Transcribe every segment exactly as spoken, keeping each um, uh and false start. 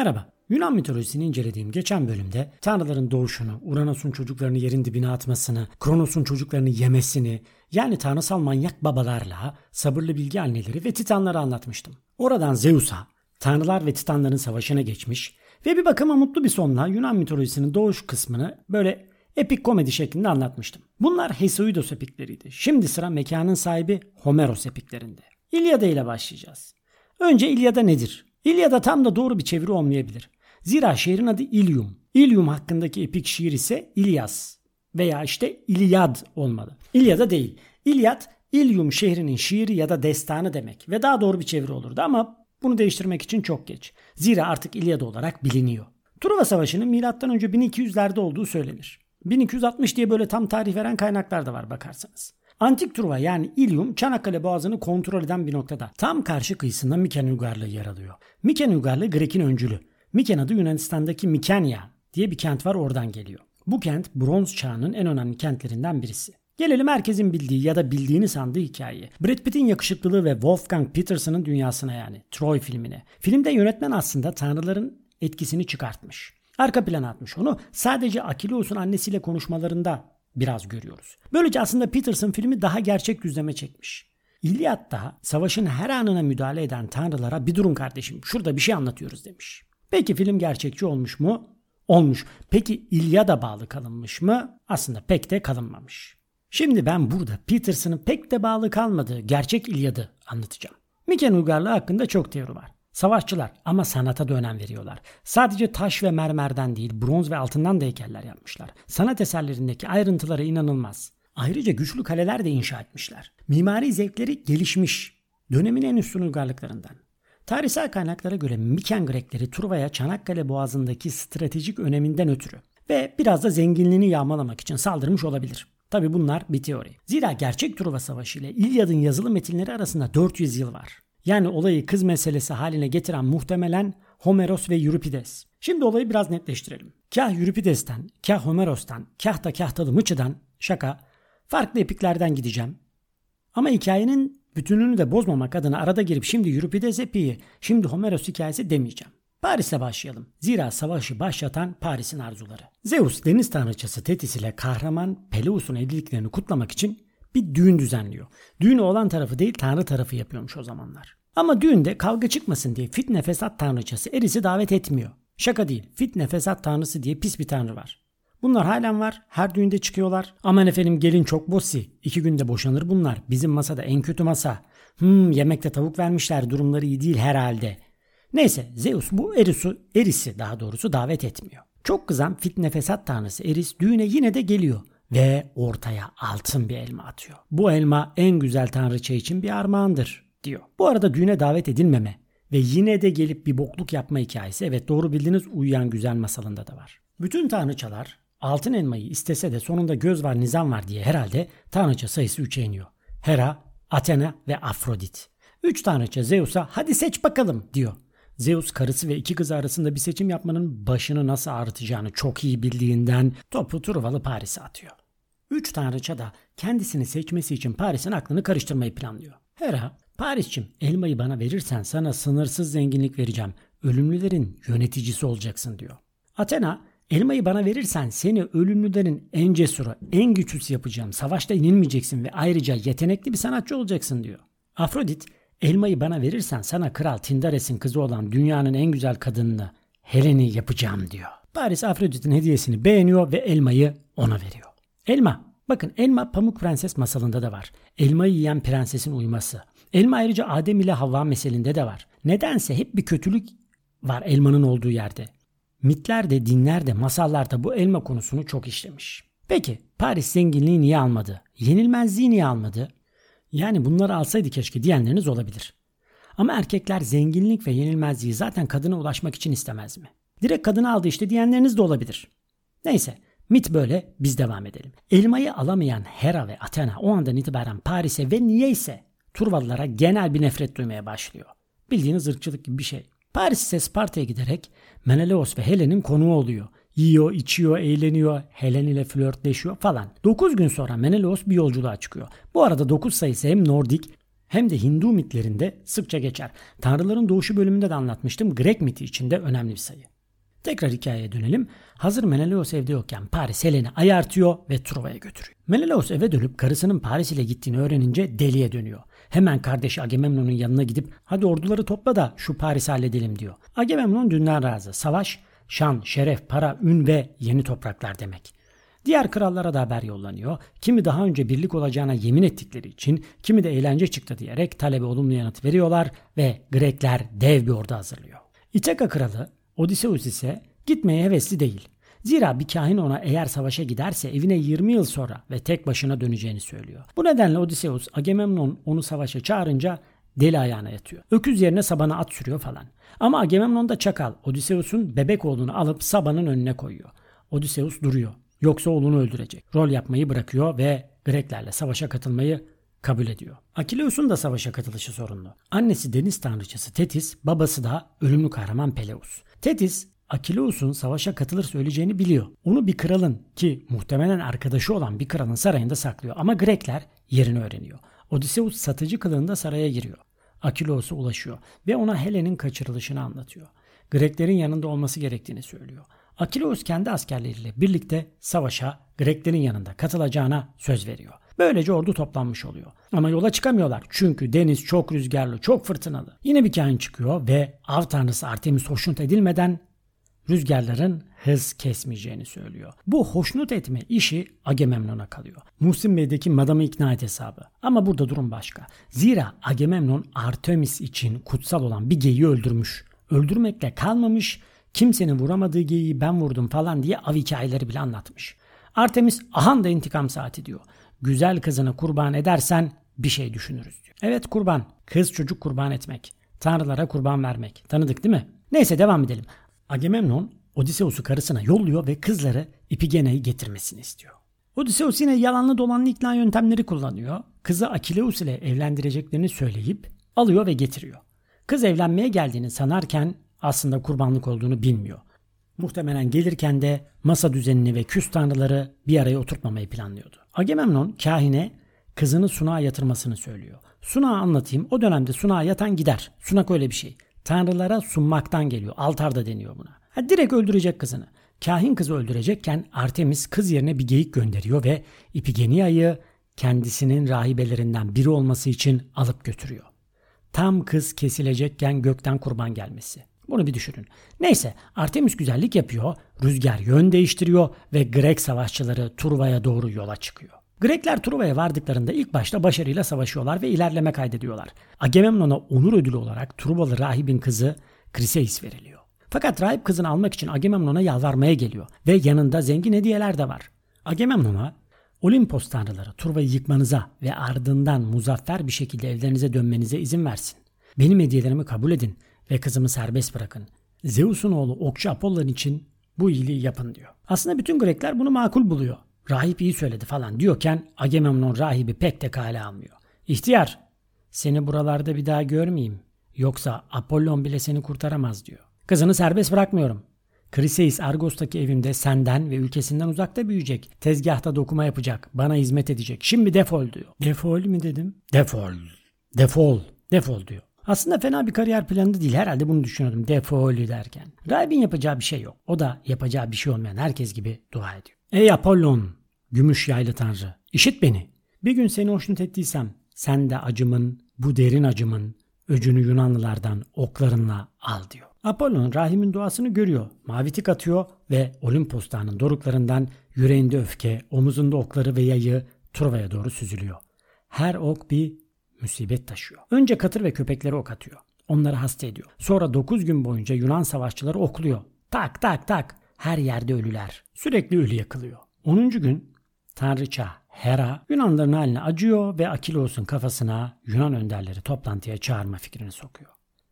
Merhaba. Yunan mitolojisini incelediğim geçen bölümde tanrıların doğuşunu, Uranos'un çocuklarını yerin dibine atmasını, Kronos'un çocuklarını yemesini, yani tanrısal manyak babalarla sabırlı bilge anneleri ve titanları anlatmıştım. Oradan Zeus'a, tanrılar ve titanların savaşına geçmiş ve bir bakıma mutlu bir sonla Yunan mitolojisinin doğuş kısmını böyle epik komedi şeklinde anlatmıştım. Bunlar Hesiodus epikleriydi. Şimdi sıra mekanın sahibi Homeros epiklerinde. İlyada ile başlayacağız. Önce İlyada nedir? İlyada tam da doğru bir çeviri olmayabilir. Zira şehrin adı İlyum. İlyum hakkındaki epik şiir ise İlyas veya işte İlyad olmalı. İlyada değil. İlyad, İlyum şehrinin şiiri ya da destanı demek ve daha doğru bir çeviri olurdu ama bunu değiştirmek için çok geç. Zira artık İlyada olarak biliniyor. Truva Savaşı'nın milattan önce bin iki yüzlerde olduğu söylenir. bin iki yüz altmış diye böyle tam tarih veren kaynaklar da var bakarsanız. Antik Truva yani İlyum, Çanakkale Boğazı'nı kontrol eden bir noktada. Tam karşı kıyısında Miken Uygarlığı yer alıyor. Miken Uygarlığı Grek'in öncülü. Miken adı Yunanistan'daki Mikenya diye bir kent var, oradan geliyor. Bu kent bronz çağının en önemli kentlerinden birisi. Gelelim herkesin bildiği ya da bildiğini sandığı hikayeye. Brad Pitt'in yakışıklılığı ve Wolfgang Petersen'ın dünyasına yani Troy filmine. Filmde yönetmen aslında tanrıların etkisini çıkartmış. Arka plana atmış onu. Sadece Akileus'un annesiyle konuşmalarında biraz görüyoruz. Böylece aslında Petersen filmi daha gerçek yüzleme çekmiş. İlyad'da savaşın her anına müdahale eden tanrılara bir durun kardeşim, şurada bir şey anlatıyoruz demiş. Peki film gerçekçi olmuş mu? Olmuş. Peki İlyad'a bağlı kalınmış mı? Aslında pek de kalınmamış. Şimdi ben burada Petersen'ın pek de bağlı kalmadığı gerçek İlyad'ı anlatacağım. Miken Uygarlığı hakkında çok teori var. Savaşçılar ama sanata da önem veriyorlar. Sadece taş ve mermerden değil, bronz ve altından da heykeller yapmışlar. Sanat eserlerindeki ayrıntılara inanılmaz. Ayrıca güçlü kaleler de inşa etmişler. Mimari zevkleri gelişmiş. Dönemin en üstün uygarlıklarından. Tarihsel kaynaklara göre Miken Grekleri Truva'ya Çanakkale Boğazı'ndaki stratejik öneminden ötürü ve biraz da zenginliğini yağmalamak için saldırmış olabilir. Tabi bunlar bir teori. Zira gerçek Truva Savaşı ile İlyad'ın yazılı metinleri arasında dört yüz yıl var. Yani olayı kız meselesi haline getiren muhtemelen Homeros ve Euripides. Şimdi olayı biraz netleştirelim. Kah Euripides'ten, kah Homeros'tan, kah da kahtalı Mıçı'dan, şaka, farklı epiklerden gideceğim. Ama hikayenin bütününü de bozmamak adına arada girip şimdi Euripides epiği, şimdi Homeros hikayesi demeyeceğim. Paris'le başlayalım. Zira savaşı başlatan Paris'in arzuları. Zeus deniz tanrıçası Thetis ile kahraman Peleus'un evliliklerini kutlamak için bir düğün düzenliyor. Düğünü olan tarafı değil tanrı tarafı yapıyormuş o zamanlar. Ama düğünde kavga çıkmasın diye fitne fesat tanrıçası Eris'i davet etmiyor. Şaka değil, fitne fesat tanrısı diye pis bir tanrı var. Bunlar halen var, her düğünde çıkıyorlar. Aman efendim gelin çok bossi, iki günde boşanır bunlar. Bizim masada en kötü masa. Hmm yemekte tavuk vermişler, durumları iyi değil herhalde. Neyse Zeus bu Eris'i, Eris'i daha doğrusu davet etmiyor. Çok kızan fitne fesat tanrısı Eris düğüne yine de geliyor. Ve ortaya altın bir elma atıyor. Bu elma en güzel tanrıça için bir armağandır diyor. Bu arada düğüne davet edilmeme ve yine de gelip bir bokluk yapma hikayesi evet doğru bildiğiniz Uyuyan Güzel masalında da var. Bütün tanrıçalar altın elmayı istese de sonunda göz var nizam var diye herhalde tanrıça sayısı üçe iniyor. Hera, Athena ve Afrodit. Üç tanrıça Zeus'a hadi seç bakalım diyor. Zeus karısı ve iki kızı arasında bir seçim yapmanın başını nasıl ağrıtacağını çok iyi bildiğinden topu Truvalı Paris'e atıyor. Üç tanrıça da kendisini seçmesi için Paris'in aklını karıştırmayı planlıyor. Hera, Paris'cim elmayı bana verirsen sana sınırsız zenginlik vereceğim. Ölümlülerin yöneticisi olacaksın diyor. Athena, elmayı bana verirsen seni ölümlülerin en cesuru, en güçlüsü yapacağım. Savaşta yenilmeyeceksin ve ayrıca yetenekli bir sanatçı olacaksın diyor. Afrodit, elmayı bana verirsen sana Kral Tindares'in kızı olan dünyanın en güzel kadınını Helen'i yapacağım diyor. Paris Afrodit'in hediyesini beğeniyor ve elmayı ona veriyor. Elma. Bakın elma Pamuk Prenses masalında da var. Elmayı yiyen prensesin uyuması. Elma ayrıca Adem ile Havva meselinde de var. Nedense hep bir kötülük var elmanın olduğu yerde. Mitlerde, dinlerde, masallarda bu elma konusunu çok işlemiş. Peki Paris zenginliği niye almadı? Yenilmezliği niye almadı? Yani bunları alsaydı keşke diyenleriniz olabilir. Ama erkekler zenginlik ve yenilmezliği zaten kadına ulaşmak için istemez mi? Direkt kadını aldı işte diyenleriniz de olabilir. Neyse. Mit böyle, biz devam edelim. Elmayı alamayan Hera ve Athena o andan itibaren Paris'e ve niyeyse Truvalılara genel bir nefret duymaya başlıyor. Bildiğiniz ırkçılık gibi bir şey. Paris ise Sparta'ya giderek Menelaos ve Helen'in konuğu oluyor. Yiyor, içiyor, eğleniyor, Helen ile flörtleşiyor falan. dokuz gün sonra Menelaos bir yolculuğa çıkıyor. Bu arada dokuz sayısı hem Nordik hem de Hindu mitlerinde sıkça geçer. Tanrıların doğuşu bölümünde de anlatmıştım. Grek miti içinde önemli bir sayı. Tekrar hikayeye dönelim. Hazır Menelaos evde yokken Paris Helen'i ayartıyor ve Truva'ya götürüyor. Menelaos eve dönüp karısının Paris ile gittiğini öğrenince deliye dönüyor. Hemen kardeşi Agamemnon'un yanına gidip hadi orduları topla da şu Paris'i halledelim diyor. Agamemnon dünden razı. Savaş, şan, şeref, para, ün ve yeni topraklar demek. Diğer krallara da haber yollanıyor. Kimi daha önce birlik olacağına yemin ettikleri için, kimi de eğlence çıktı diyerek talebe olumlu yanıt veriyorlar ve Grekler dev bir ordu hazırlıyor. İthaka kralı Odysseus ise gitmeye hevesli değil. Zira bir kahin ona eğer savaşa giderse evine yirmi yıl sonra ve tek başına döneceğini söylüyor. Bu nedenle Odysseus, Agamemnon onu savaşa çağırınca deli ayağına yatıyor. Öküz yerine Saban'a at sürüyor falan. Ama Agamemnon da çakal. Odysseus'un bebek oğlunu alıp Saban'ın önüne koyuyor. Odysseus duruyor. Yoksa oğlunu öldürecek. Rol yapmayı bırakıyor ve Greklerle savaşa katılmayı kabul ediyor. Akileus'un da savaşa katılışı sorunlu. Annesi deniz tanrıçası Tetis, babası da ölümlü kahraman Peleus. Tetis, Akileus'un savaşa katılırsa öleceğini biliyor. Onu bir kralın, ki muhtemelen arkadaşı olan bir kralın sarayında saklıyor. Ama Grekler yerini öğreniyor. Odysseus satıcı kılığında saraya giriyor. Akileus'a ulaşıyor ve ona Helen'in kaçırılışını anlatıyor. Greklerin yanında olması gerektiğini söylüyor. Akileus kendi askerleriyle birlikte savaşa Greklerin yanında katılacağına söz veriyor. Böylece ordu toplanmış oluyor. Ama yola çıkamıyorlar çünkü deniz çok rüzgarlı, çok fırtınalı. Yine bir kahin çıkıyor ve av tanrısı Artemis hoşnut edilmeden rüzgarların hız kesmeyeceğini söylüyor. Bu hoşnut etme işi Agamemnon'a kalıyor. Muhsin Bey'deki madamı ikna et hesabı. Ama burada durum başka. Zira Agamemnon Artemis için kutsal olan bir geyiği öldürmüş. Öldürmekle kalmamış, kimsenin vuramadığı geyiği ben vurdum falan diye av hikayeleri bile anlatmış. Artemis ahan da intikam saati diyor. Güzel kızını kurban edersen bir şey düşünürüz diyor. Evet, kurban. Kız çocuk kurban etmek. Tanrılara kurban vermek. Tanıdık değil mi? Neyse devam edelim. Agamemnon Odysseus'u karısına yolluyor ve kızları İpigena'yı getirmesini istiyor. Odysseus yine yalanlı dolanlı ikna yöntemleri kullanıyor. Kızı Akileus ile evlendireceklerini söyleyip alıyor ve getiriyor. Kız evlenmeye geldiğini sanarken aslında kurbanlık olduğunu bilmiyor. Muhtemelen gelirken de masa düzenini ve küs tanrıları bir araya oturtmamayı planlıyordu. Agamemnon kahine kızını sunağa yatırmasını söylüyor. Sunağı anlatayım. O dönemde sunağa yatan gider. Sunak öyle bir şey. Tanrılara sunmaktan geliyor. Altarda deniyor buna. Ha, direkt öldürecek kızını. Kahin kızı öldürecekken Artemis kız yerine bir geyik gönderiyor ve İpigenia'yı kendisinin rahibelerinden biri olması için alıp götürüyor. Tam kız kesilecekken gökten kurban gelmesi. Bunu bir düşünün. Neyse, Artemis güzellik yapıyor, rüzgar yön değiştiriyor ve Grek savaşçıları Truva'ya doğru yola çıkıyor. Grekler Truva'ya vardıklarında ilk başta başarıyla savaşıyorlar ve ilerleme kaydediyorlar. Agamemnon'a onur ödülü olarak Truvalı rahibin kızı Kriseis veriliyor. Fakat rahip kızını almak için Agamemnon'a yalvarmaya geliyor ve yanında zengin hediyeler de var. Agamemnon'a Olimpos tanrıları Truva'yı yıkmanıza ve ardından muzaffer bir şekilde evlerinize dönmenize izin versin. Benim hediyelerimi kabul edin ve kızımı serbest bırakın. Zeus'un oğlu okçu Apollon için bu iyiliği yapın diyor. Aslında bütün Grekler bunu makul buluyor. Rahip iyi söyledi falan diyorken Agamemnon rahibi pek de kale almıyor. İhtiyar, seni buralarda bir daha görmeyeyim. Yoksa Apollon bile seni kurtaramaz diyor. Kızını serbest bırakmıyorum. Kriseis Argos'taki evimde senden ve ülkesinden uzakta büyüyecek. Tezgahta dokuma yapacak. Bana hizmet edecek. Şimdi defol diyor. Defol mi dedim? Defol. Defol. Defol diyor. Aslında fena bir kariyer planı değil. Herhalde bunu düşünüyordum defol derken. Rahibin yapacağı bir şey yok. O da yapacağı bir şey olmayan herkes gibi dua ediyor. Ey Apollon, gümüş yaylı tanrı, işit beni. Bir gün seni hoşnut ettiysem sen de acımın, bu derin acımın öcünü Yunanlılardan oklarınla al diyor. Apollon rahimin duasını görüyor. Mavi tik atıyor ve Olimpos dağının doruklarından yüreğinde öfke, omuzunda okları ve yayı Truva'ya doğru süzülüyor. Her ok bir musibet taşıyor. Önce katır ve köpekleri ok atıyor. Onları hasta ediyor. Sonra dokuz gün boyunca Yunan savaşçıları okluyor. Tak tak tak. Her yerde ölüler. Sürekli ölü yakılıyor. onuncu gün tanrıça Hera Yunanların haline acıyor ve Akileus'un kafasına Yunan önderleri toplantıya çağırma fikrini sokuyor.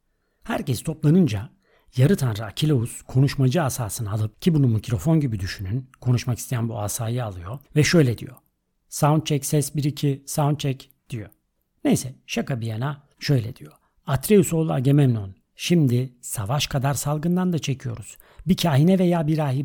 Herkes toplanınca yarı tanrı Akileus konuşmacı asasını alıp, ki bunu mikrofon gibi düşünün, konuşmak isteyen bu asayı alıyor ve şöyle diyor. Soundcheck ses bir iki soundcheck diyor. Neyse, şaka bir yana şöyle diyor. Atreus oğlu Agamemnon, şimdi savaş kadar salgından da çekiyoruz. Bir kahine veya bir rahibe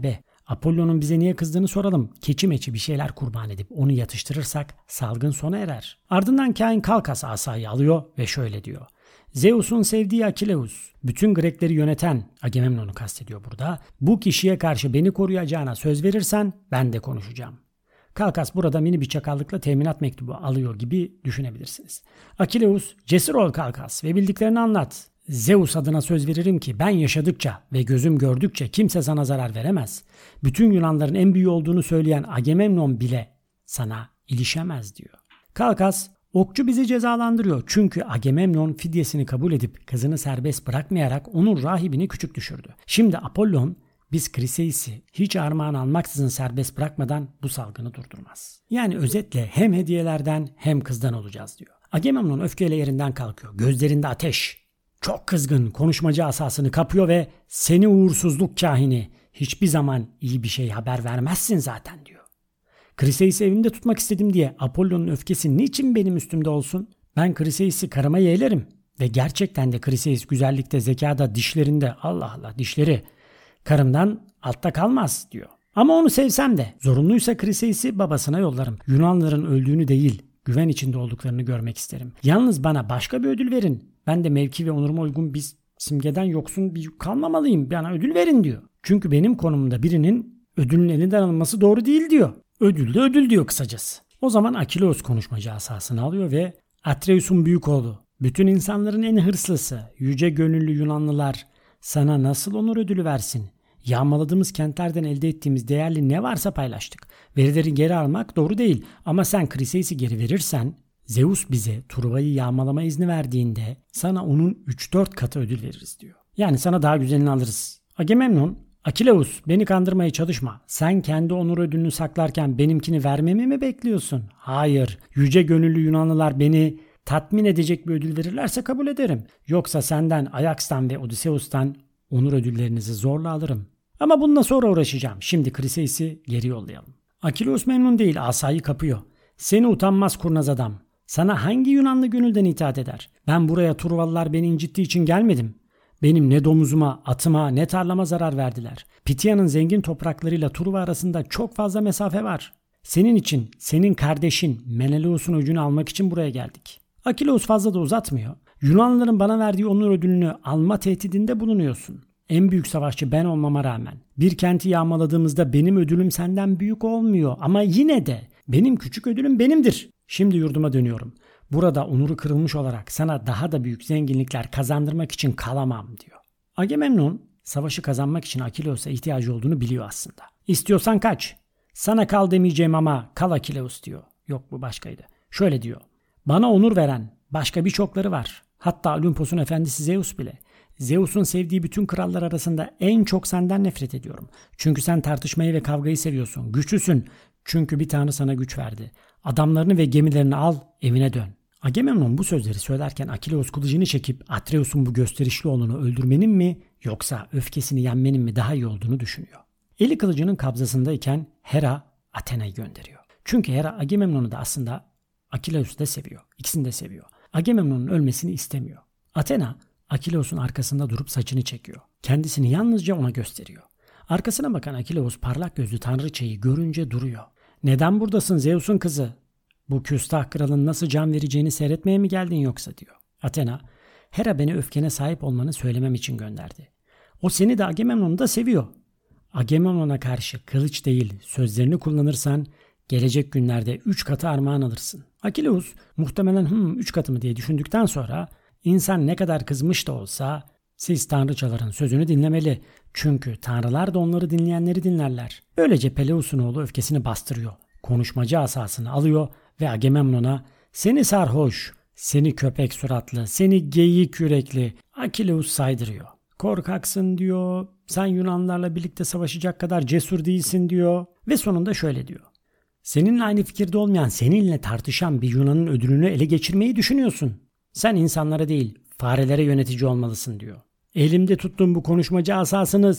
Apollon'un bize niye kızdığını soralım. Keçi meçi bir şeyler kurban edip onu yatıştırırsak salgın sona erer. Ardından kain Kalkas asayı alıyor ve şöyle diyor. Zeus'un sevdiği Akileus, bütün Grekleri yöneten, Agamemnon'u kastediyor burada, bu kişiye karşı beni koruyacağına söz verirsen ben de konuşacağım. Kalkas burada mini bir çakallıkla teminat mektubu alıyor gibi düşünebilirsiniz. Akileus, cesur ol Kalkas ve bildiklerini anlat. Zeus adına söz veririm ki ben yaşadıkça ve gözüm gördükçe kimse sana zarar veremez. Bütün Yunanların en büyüğü olduğunu söyleyen Agamemnon bile sana ilişemez diyor. Kalkas, okçu bizi cezalandırıyor çünkü Agamemnon fidyesini kabul edip kızını serbest bırakmayarak onun rahibini küçük düşürdü. Şimdi Apollon biz Kriseis'i hiç armağan almaksızın serbest bırakmadan bu salgını durdurmaz. Yani özetle hem hediyelerden hem kızdan olacağız diyor. Agamemnon öfkeyle yerinden kalkıyor. Gözlerinde ateş. Çok kızgın konuşmacı asasını kapıyor ve seni uğursuzluk kahini hiçbir zaman iyi bir şey haber vermezsin zaten diyor. Kriseis'i evimde tutmak istedim diye Apollon'un öfkesi niçin benim üstümde olsun? Ben Kriseis'i karıma yeğlerim ve gerçekten de Kriseis güzellikte, zekada, dişlerinde Allah Allah dişleri karımdan altta kalmaz diyor. Ama onu sevsem de zorunluysa Kriseis'i babasına yollarım. Yunanların öldüğünü değil, güven içinde olduklarını görmek isterim. Yalnız bana başka bir ödül verin. Ben de mevki ve onuruma uygun bir simgeden yoksun bir yük kalmamalıyım. Bana ödül verin diyor. Çünkü benim konumda birinin ödülün elinden alınması doğru değil diyor. Ödül de ödül diyor kısacası. O zaman Akileus konuşmacı asasını alıyor ve Atreus'un büyük oğlu, bütün insanların en hırslısı, yüce gönüllü Yunanlılar sana nasıl onur ödülü versin? Yağmaladığımız kentlerden elde ettiğimiz değerli ne varsa paylaştık. Verileri geri almak doğru değil ama sen Kriseis'i geri verirsen Zeus bize Truva'yı yağmalama izni verdiğinde sana onun üç dört katı ödül veririz diyor. Yani sana daha güzelini alırız. Agamemnon, Akileus beni kandırmaya çalışma. Sen kendi onur ödülünü saklarken benimkini vermemi mi bekliyorsun? Hayır. Yüce gönüllü Yunanlılar beni tatmin edecek bir ödül verirlerse kabul ederim. Yoksa senden, Ajax'tan ve Odysseus'tan onur ödüllerinizi zorla alırım. Ama bununla sonra uğraşacağım. Şimdi Kriseis'i geri yollayalım. Akileus memnun değil, asayı kapıyor. Seni utanmaz kurnaz adam. Sana hangi Yunanlı gönülden itaat eder? Ben buraya Truvalılar beni incittiği için gelmedim. Benim ne domuzuma, atıma, ne tarlama zarar verdiler. Pitia'nın zengin topraklarıyla Truva arasında çok fazla mesafe var. Senin için, senin kardeşin Menelaus'un öcünü almak için buraya geldik. Akileus fazla da uzatmıyor. Yunanlıların bana verdiği onur ödülünü alma tehdidinde bulunuyorsun. En büyük savaşçı ben olmama rağmen bir kenti yağmaladığımızda benim ödülüm senden büyük olmuyor ama yine de benim küçük ödülüm benimdir. Şimdi yurduma dönüyorum. Burada onuru kırılmış olarak sana daha da büyük zenginlikler kazandırmak için kalamam diyor. Agamemnon savaşı kazanmak için Akileus'a ihtiyacı olduğunu biliyor aslında. İstiyorsan kaç. Sana kal demeyeceğim ama kal Akileus diyor. Yok bu başkaydı. Şöyle diyor. Bana onur veren başka birçokları var. Hatta Olimpos'un efendisi Zeus bile. Zeus'un sevdiği bütün krallar arasında en çok senden nefret ediyorum. Çünkü sen tartışmayı ve kavgayı seviyorsun. Güçlüsün. Çünkü bir tanrı sana güç verdi. Adamlarını ve gemilerini al, evine dön. Agamemnon bu sözleri söylerken Akileus kılıcını çekip Atreus'un bu gösterişli oğlunu öldürmenin mi yoksa öfkesini yenmenin mi daha iyi olduğunu düşünüyor. Eli kılıcının kabzasındayken Hera Athena'yı gönderiyor. Çünkü Hera Agamemnon'u da aslında Akileus'u da seviyor. İkisini de seviyor. Agamemnon'un ölmesini istemiyor. Athena Akileus'un arkasında durup saçını çekiyor. Kendisini yalnızca ona gösteriyor. Arkasına bakan Akileus parlak gözlü tanrıçayı görünce duruyor. Neden buradasın Zeus'un kızı? Bu küstah kralın nasıl can vereceğini seyretmeye mi geldin yoksa diyor. Athena, Hera beni öfkene sahip olmanı söylemem için gönderdi. O seni de Agamemnon'u da seviyor. Agamemnon'a karşı kılıç değil sözlerini kullanırsan gelecek günlerde üç katı armağan alırsın. Akileus muhtemelen hım üç katı mı diye düşündükten sonra insan ne kadar kızmış da olsa siz tanrıçaların sözünü dinlemeli. Çünkü tanrılar da onları dinleyenleri dinlerler. Böylece Peleus'un oğlu öfkesini bastırıyor. Konuşmacı asasını alıyor ve Agamemnon'a seni sarhoş, seni köpek suratlı, seni geyik yürekli Akileus saydırıyor. Korkaksın diyor, sen Yunanlarla birlikte savaşacak kadar cesur değilsin diyor ve sonunda şöyle diyor. Seninle aynı fikirde olmayan, seninle tartışan bir Yunan'ın ödülünü ele geçirmeyi düşünüyorsun. Sen insanlara değil, farelere yönetici olmalısın diyor. Elimde tuttuğum bu konuşmacı asasını,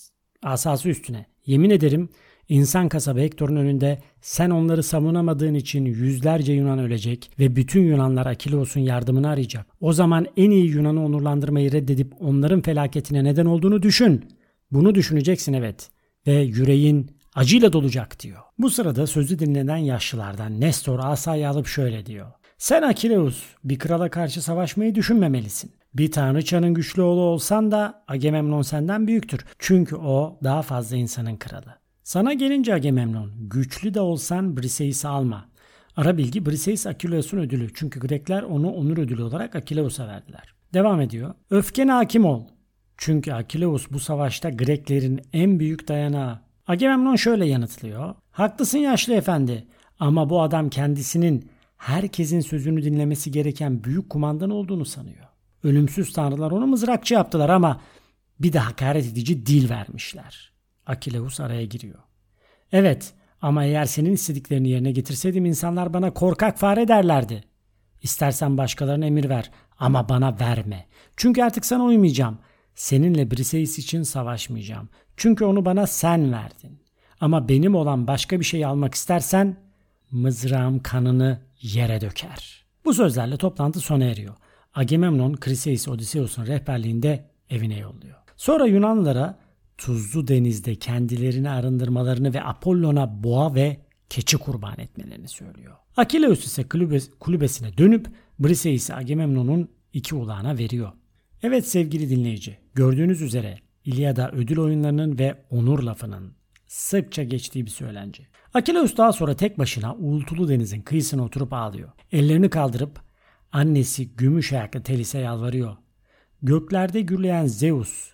asası üstüne, yemin ederim insan kasabı Hektor'un önünde sen onları savunamadığın için yüzlerce Yunan ölecek ve bütün Yunanlar Akileus'un yardımını arayacak. O zaman en iyi Yunan'ı onurlandırmayı reddedip onların felaketine neden olduğunu düşün. Bunu düşüneceksin evet. ve yüreğin acıyla dolacak diyor. Bu sırada sözü dinlenen yaşlılardan Nestor asayı alıp şöyle diyor. Sen Akileus, bir krala karşı savaşmayı düşünmemelisin. Bir tanrıçanın güçlü oğlu olsan da Agamemnon senden büyüktür. Çünkü o daha fazla insanın kralı. Sana gelince Agamemnon, güçlü de olsan Briseis'i alma. Ara bilgi, Briseis Akileus'un ödülü. Çünkü Grekler onu onur ödülü olarak Akileus'a verdiler. Devam ediyor. Öfkene hakim ol. Çünkü Akileus bu savaşta Greklerin en büyük dayanağı. Agamemnon şöyle yanıtlıyor. Haklısın yaşlı efendi, ama bu adam kendisinin herkesin sözünü dinlemesi gereken büyük kumandan olduğunu sanıyor. Ölümsüz tanrılar onu mızrakçı yaptılar ama bir de hakaret edici dil vermişler. Akileus araya giriyor. Evet, ama eğer senin istediklerini yerine getirseydim insanlar bana korkak fare derlerdi. İstersen başkalarına emir ver ama bana verme. Çünkü artık sana uymayacağım. Seninle Briseis için savaşmayacağım. Çünkü onu bana sen verdin. Ama benim olan başka bir şey almak istersen mızrağım kanını yere döker. Bu sözlerle toplantı sona eriyor. Agamemnon, Kriseis'i Odysseus'un rehberliğinde evine yolluyor. Sonra Yunanlılara tuzlu denizde kendilerini arındırmalarını ve Apollon'a boğa ve keçi kurban etmelerini söylüyor. Akileus ise kulübesine dönüp Briseis'i Agamemnon'un iki ulağına veriyor. Evet sevgili dinleyici, gördüğünüz üzere İlyada ödül oyunlarının ve onur lafının sıkça geçtiği bir söylence. Akileus daha sonra tek başına uğultulu denizin kıyısına oturup ağlıyor. Ellerini kaldırıp annesi gümüş ayaklı Telis'e yalvarıyor. Göklerde gürleyen Zeus,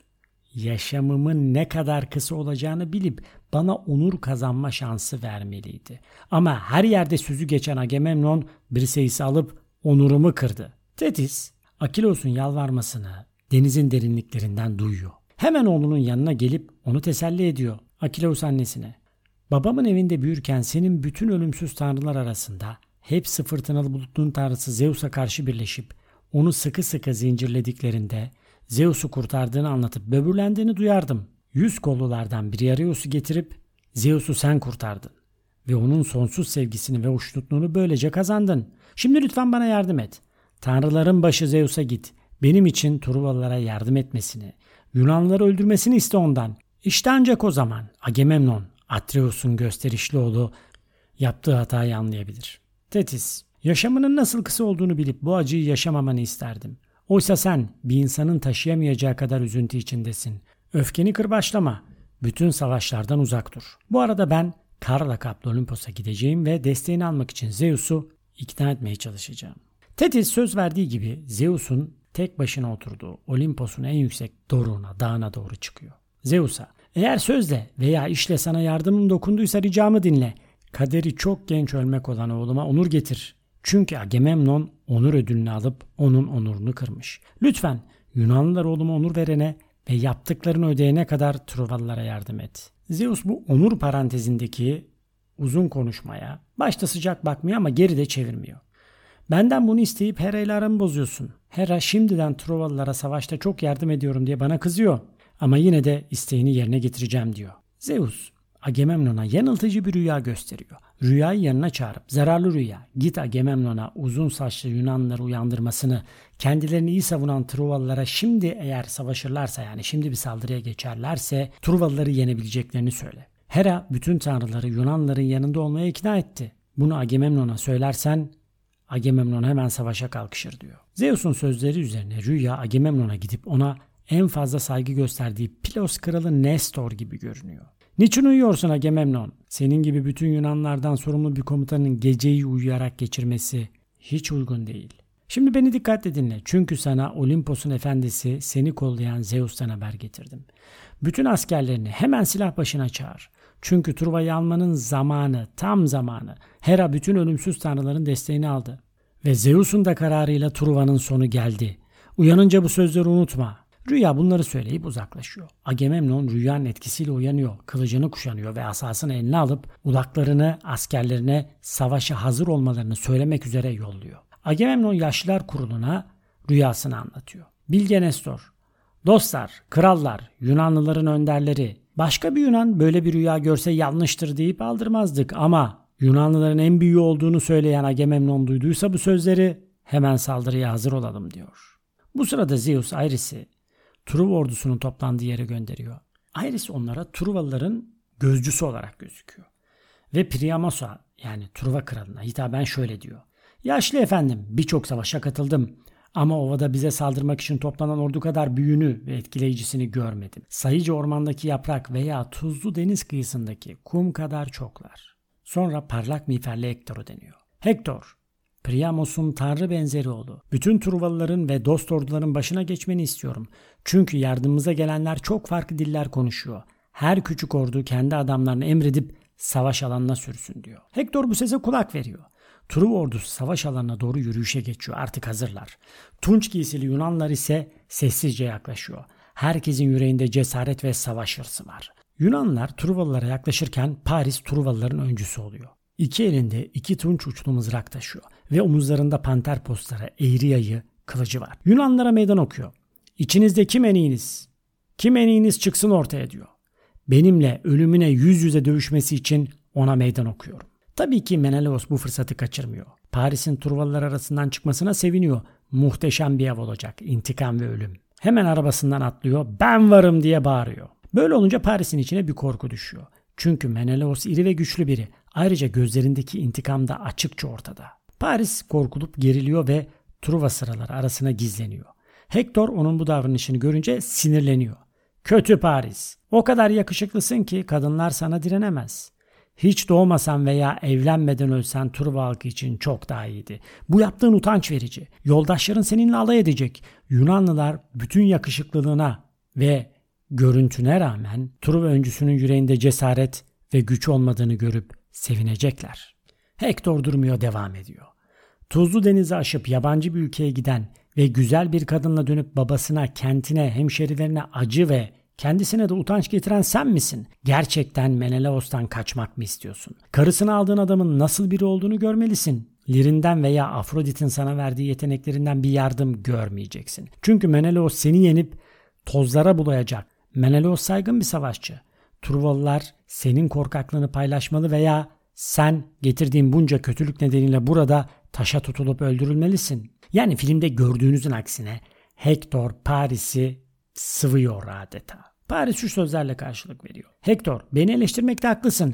yaşamımın ne kadar kısa olacağını bilip bana onur kazanma şansı vermeliydi. Ama her yerde sözü geçen Agamemnon Briseis'i alıp onurumu kırdı. Tetis, Akileus'un yalvarmasını denizin derinliklerinden duyuyor. Hemen oğlunun yanına gelip onu teselli ediyor. Akileus annesine, babamın evinde büyürken senin bütün ölümsüz tanrılar arasında hepsi fırtınalı bulutluğun tanrısı Zeus'a karşı birleşip onu sıkı sıkı zincirlediklerinde Zeus'u kurtardığını anlatıp böbürlendiğini duyardım. Yüz kollulardan biri Arios'u getirip Zeus'u sen kurtardın ve onun sonsuz sevgisini ve hoşnutluğunu böylece kazandın. Şimdi lütfen bana yardım et. Tanrıların başı Zeus'a git. Benim için Truvalılara yardım etmesini, Yunanlıları öldürmesini iste ondan. İşte ancak o zaman Agamemnon, Atreus'un gösterişli oğlu, yaptığı hatayı anlayabilir. Tetis, yaşamının nasıl kısa olduğunu bilip bu acıyı yaşamamanı isterdim. Oysa sen bir insanın taşıyamayacağı kadar üzüntü içindesin. Öfkeni kırbaçlama. Bütün savaşlardan uzak dur. Bu arada ben karla kaplı Olimpos'a gideceğim ve desteğini almak için Zeus'u ikna etmeye çalışacağım. Tetis söz verdiği gibi Zeus'un tek başına oturduğu Olimpos'un en yüksek doruğuna, dağına doğru çıkıyor. Zeus'a, eğer sözle veya işle sana yardımım dokunduysa ricamı dinle. Kaderi çok genç ölmek olan oğluma onur getir. Çünkü Agamemnon onur ödülünü alıp onun onurunu kırmış. Lütfen Yunanlılar oğluma onur verene ve yaptıklarını ödeyene kadar Truvalılara yardım et. Zeus bu onur parantezindeki uzun konuşmaya başta sıcak bakmıyor ama geri de çevirmiyor. Benden bunu isteyip Hera ile aramı bozuyorsun. Hera şimdiden Truvalılara savaşta çok yardım ediyorum diye bana kızıyor. Ama yine de isteğini yerine getireceğim diyor. Zeus Agamemnon'a yanıltıcı bir rüya gösteriyor. Rüyayı yanına çağırıp zararlı rüya, git Agamemnon'a uzun saçlı Yunanlıları uyandırmasını, kendilerini iyi savunan Truvalılara şimdi eğer savaşırlarsa, yani şimdi bir saldırıya geçerlerse Truvalıları yenebileceklerini söyle. Hera bütün tanrıları Yunanlıların yanında olmaya ikna etti. Bunu Agamemnon'a söylersen Agamemnon hemen savaşa kalkışır diyor. Zeus'un sözleri üzerine rüya Agamemnon'a gidip ona en fazla saygı gösterdiği Pilos kralı Nestor gibi görünüyor. Niçin uyuyorsun Agamemnon? Senin gibi bütün Yunanlardan sorumlu bir komutanın geceyi uyuyarak geçirmesi hiç uygun değil. Şimdi beni dikkatle dinle. Çünkü sana Olimpos'un efendisi, seni kollayan Zeus'tan haber getirdim. Bütün askerlerini hemen silah başına çağır. Çünkü Truva'yı almanın zamanı, tam zamanı. Hera bütün ölümsüz tanrıların desteğini aldı. Ve Zeus'un da kararıyla Truva'nın sonu geldi. Uyanınca bu sözleri unutma. Rüya bunları söyleyip uzaklaşıyor. Agamemnon rüyanın etkisiyle uyanıyor, kılıcını kuşanıyor ve asasını eline alıp ulaklarını askerlerine savaşa hazır olmalarını söylemek üzere yolluyor. Agamemnon yaşlılar kuruluna rüyasını anlatıyor. Bilge Nestor, dostlar, krallar, Yunanlıların önderleri, başka bir Yunan böyle bir rüya görse yanlıştır deyip aldırmazdık ama Yunanlıların en büyüğü olduğunu söyleyen Agamemnon duyduysa bu sözleri hemen saldırıya hazır olalım diyor. Bu sırada Zeus Iris'i Truva ordusunun toplandığı yere gönderiyor. Iris onlara Truvalıların gözcüsü olarak gözüküyor. Ve Priamosa yani Truva kralına hitaben şöyle diyor. Yaşlı efendim, birçok savaşa katıldım ama ovada bize saldırmak için toplanan ordu kadar büyüğünü ve etkileyicisini görmedim. Sayıca ormandaki yaprak veya tuzlu deniz kıyısındaki kum kadar çoklar. Sonra parlak miğferli Hektor'u deniyor. Hektor, Priamos'un tanrı benzeri oğlu. Bütün Truvalıların ve dost orduların başına geçmeni istiyorum. Çünkü yardımımıza gelenler çok farklı diller konuşuyor. Her küçük ordu kendi adamlarını emredip savaş alanına sürsün diyor. Hektor bu sese kulak veriyor. Truva ordusu savaş alanına doğru yürüyüşe geçiyor. Artık hazırlar. Tunç giysili Yunanlar ise sessizce yaklaşıyor. Herkesin yüreğinde cesaret ve savaş hırsı var. Yunanlar Truvalılara yaklaşırken Paris Truvalıların öncüsü oluyor. İki elinde iki tunç uçlu mızrak taşıyor ve omuzlarında panter postları, eğri yayı, kılıcı var. Yunanlara meydan okuyor. İçinizde kim en iyiniz? Kim en iyiniz çıksın ortaya diyor. Benimle ölümüne yüz yüze dövüşmesi için ona meydan okuyorum. Tabii ki Menelaos bu fırsatı kaçırmıyor. Paris'in Truvalılar arasından çıkmasına seviniyor. Muhteşem bir av olacak. İntikam ve ölüm. Hemen arabasından atlıyor. Ben varım diye bağırıyor. Böyle olunca Paris'in içine bir korku düşüyor. Çünkü Menelaos iri ve güçlü biri. Ayrıca gözlerindeki intikam da açıkça ortada. Paris korkulup geriliyor ve Truva sıraları arasına gizleniyor. Hektor onun bu davranışını görünce sinirleniyor. Kötü Paris. O kadar yakışıklısın ki kadınlar sana direnemez. Hiç doğmasan veya evlenmeden ölsen Truva halkı için çok daha iyiydi. Bu yaptığın utanç verici. Yoldaşların seninle alay edecek. Yunanlılar bütün yakışıklılığına ve görüntüne rağmen Truva öncüsünün yüreğinde cesaret ve güç olmadığını görüp sevinecekler. Hektor durmuyor, devam ediyor. Tuzlu denizi aşıp yabancı bir ülkeye giden ve güzel bir kadınla dönüp babasına, kentine, hemşerilerine acı ve kendisine de utanç getiren sen misin? Gerçekten Menelaos'tan kaçmak mı istiyorsun? Karısını aldığın adamın nasıl biri olduğunu görmelisin. Lirinden veya Afrodit'in sana verdiği yeteneklerinden bir yardım görmeyeceksin. Çünkü Menelaos seni yenip tozlara bulayacak. Menelaos saygın bir savaşçı. Truvalılar senin korkaklığını paylaşmalı veya sen getirdiğin bunca kötülük nedeniyle burada taşa tutulup öldürülmelisin. Yani filmde gördüğünüzün aksine Hektor Paris'i sıvıyor adeta. Paris şu sözlerle karşılık veriyor. Hektor, beni eleştirmekte haklısın.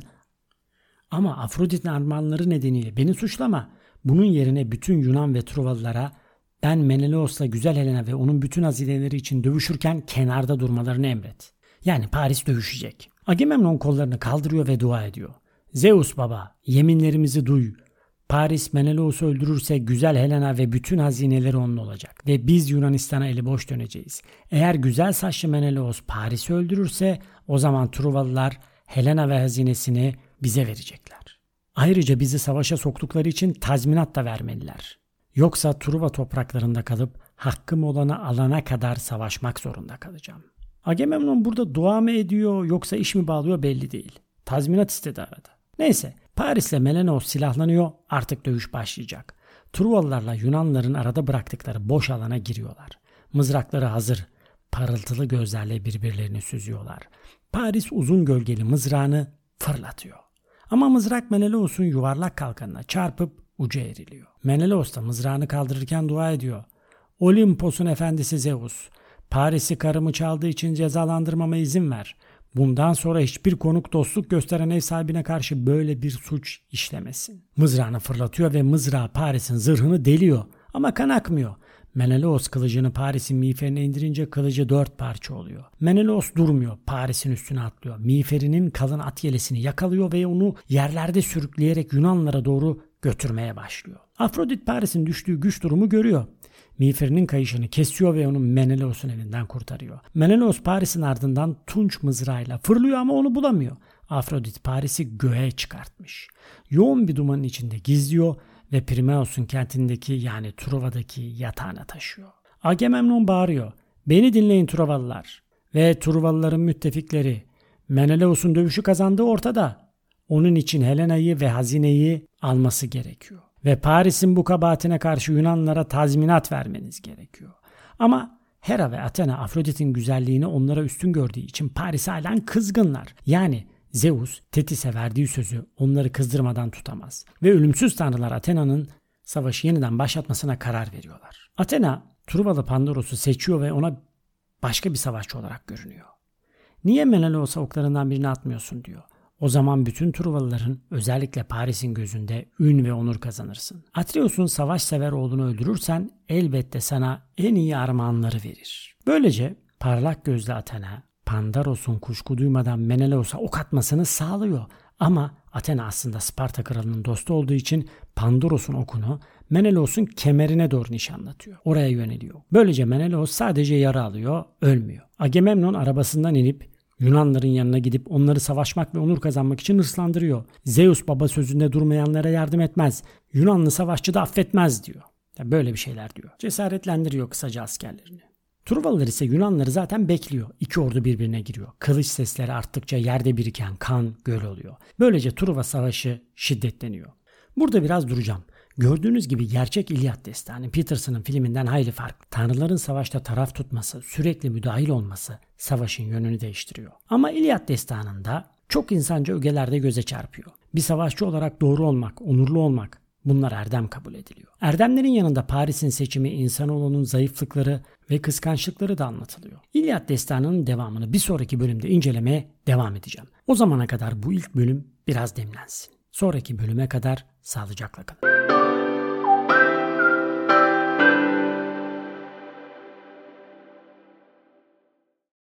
Ama Afrodit'in armağanları nedeniyle beni suçlama. Bunun yerine bütün Yunan ve Truvalılara ben Menelaos'la güzel Helena ve onun bütün hazineleri için dövüşürken kenarda durmalarını emret. Yani Paris dövüşecek. Agamemnon kollarını kaldırıyor ve dua ediyor. Zeus baba, yeminlerimizi duy. Paris Menelaos'u öldürürse güzel Helena ve bütün hazineleri onun olacak. Ve biz Yunanistan'a eli boş döneceğiz. Eğer güzel saçlı Menelaos Paris'i öldürürse o zaman Truvalılar Helena ve hazinesini bize verecekler. Ayrıca bizi savaşa soktukları için tazminat da vermeliler. Yoksa Truva topraklarında kalıp hakkım olanı alana kadar savaşmak zorunda kalacağım. Agamemnon burada dua mı ediyor yoksa iş mi bağlıyor belli değil. Tazminat istedi arada. Neyse, Paris'le Menelaos silahlanıyor, artık dövüş başlayacak. Truvalılarla Yunanların arada bıraktıkları boş alana giriyorlar. Mızrakları hazır, parıltılı gözlerle birbirlerini süzüyorlar. Paris uzun gölgeli mızrağını fırlatıyor. Ama mızrak Menelaos'un yuvarlak kalkanına çarpıp ucu eğriliyor. Menelaos da mızrağını kaldırırken dua ediyor. Olimpos'un efendisi Zeus, Paris'i karımı çaldığı için cezalandırmama izin ver. Bundan sonra hiçbir konuk dostluk gösteren ev sahibine karşı böyle bir suç işlemesin. Mızrağını fırlatıyor ve mızrağı Paris'in zırhını deliyor ama kan akmıyor. Menelaos kılıcını Paris'in miğferine indirince kılıcı dört parça oluyor. Menelaos durmuyor, Paris'in üstüne atlıyor. Miğferinin kalın at yelesini yakalıyor ve onu yerlerde sürükleyerek Yunanlara doğru götürmeye başlıyor. Afrodit Paris'in düştüğü güç durumu görüyor. Miğferinin kayışını kesiyor ve onu Menelaos'un elinden kurtarıyor. Menelaos Paris'in ardından tunç mızrağıyla fırlıyor ama onu bulamıyor. Afrodit Paris'i göğe çıkartmış. Yoğun bir dumanın içinde gizliyor ve Primeos'un kentindeki yani Truva'daki yatağına taşıyor. Agamemnon bağırıyor. Beni dinleyin Truvalılar ve Truvalıların müttefikleri. Menelaos'un dövüşü kazandığı ortada. Onun için Helena'yı ve hazineyi alması gerekiyor. Ve Paris'in bu kabahatine karşı Yunanlara tazminat vermeniz gerekiyor. Ama Hera ve Athena Afrodit'in güzelliğini onlara üstün gördüğü için Paris'e halen kızgınlar. Yani Zeus Tetis'e verdiği sözü onları kızdırmadan tutamaz. Ve ölümsüz tanrılar Athena'nın savaşı yeniden başlatmasına karar veriyorlar. Athena Truvalı Pandoros'u seçiyor ve ona başka bir savaşçı olarak görünüyor. Niye Menelaos'a oklarından birini atmıyorsun diyor. O zaman bütün Truvalıların, özellikle Paris'in gözünde ün ve onur kazanırsın. Atreus'un savaşsever oğlunu öldürürsen elbette sana en iyi armağanları verir. Böylece parlak gözlü Athena, Pandaros'un kuşku duymadan Menelaos'a ok atmasını sağlıyor. Ama Athena aslında Sparta kralının dostu olduğu için Pandaros'un okunu Menelaos'un kemerine doğru nişanlatıyor. Oraya yöneliyor. Böylece Menelaos sadece yara alıyor, ölmüyor. Agamemnon arabasından inip Yunanların yanına gidip onları savaşmak ve onur kazanmak için hırslandırıyor. Zeus baba sözünde durmayanlara yardım etmez. Yunanlı savaşçı da affetmez diyor. Ya böyle bir şeyler diyor. Cesaretlendiriyor kısaca askerlerini. Truvalılar ise Yunanları zaten bekliyor. İki ordu birbirine giriyor. Kılıç sesleri arttıkça yerde biriken kan göl oluyor. Böylece Truva savaşı şiddetleniyor. Burada biraz duracağım. Gördüğünüz gibi gerçek İlyad destanı Peterson'ın filminden hayli farklı. Tanrıların savaşta taraf tutması, sürekli müdahil olması savaşın yönünü değiştiriyor. Ama İlyad destanında çok insanca ögeler de göze çarpıyor. Bir savaşçı olarak doğru olmak, onurlu olmak, bunlar erdem kabul ediliyor. Erdemlerin yanında Paris'in seçimi, insanoğlunun zayıflıkları ve kıskançlıkları da anlatılıyor. İlyad destanının devamını bir sonraki bölümde incelemeye devam edeceğim. O zamana kadar bu ilk bölüm biraz demlensin. Sonraki bölüme kadar sağlıcakla kalın.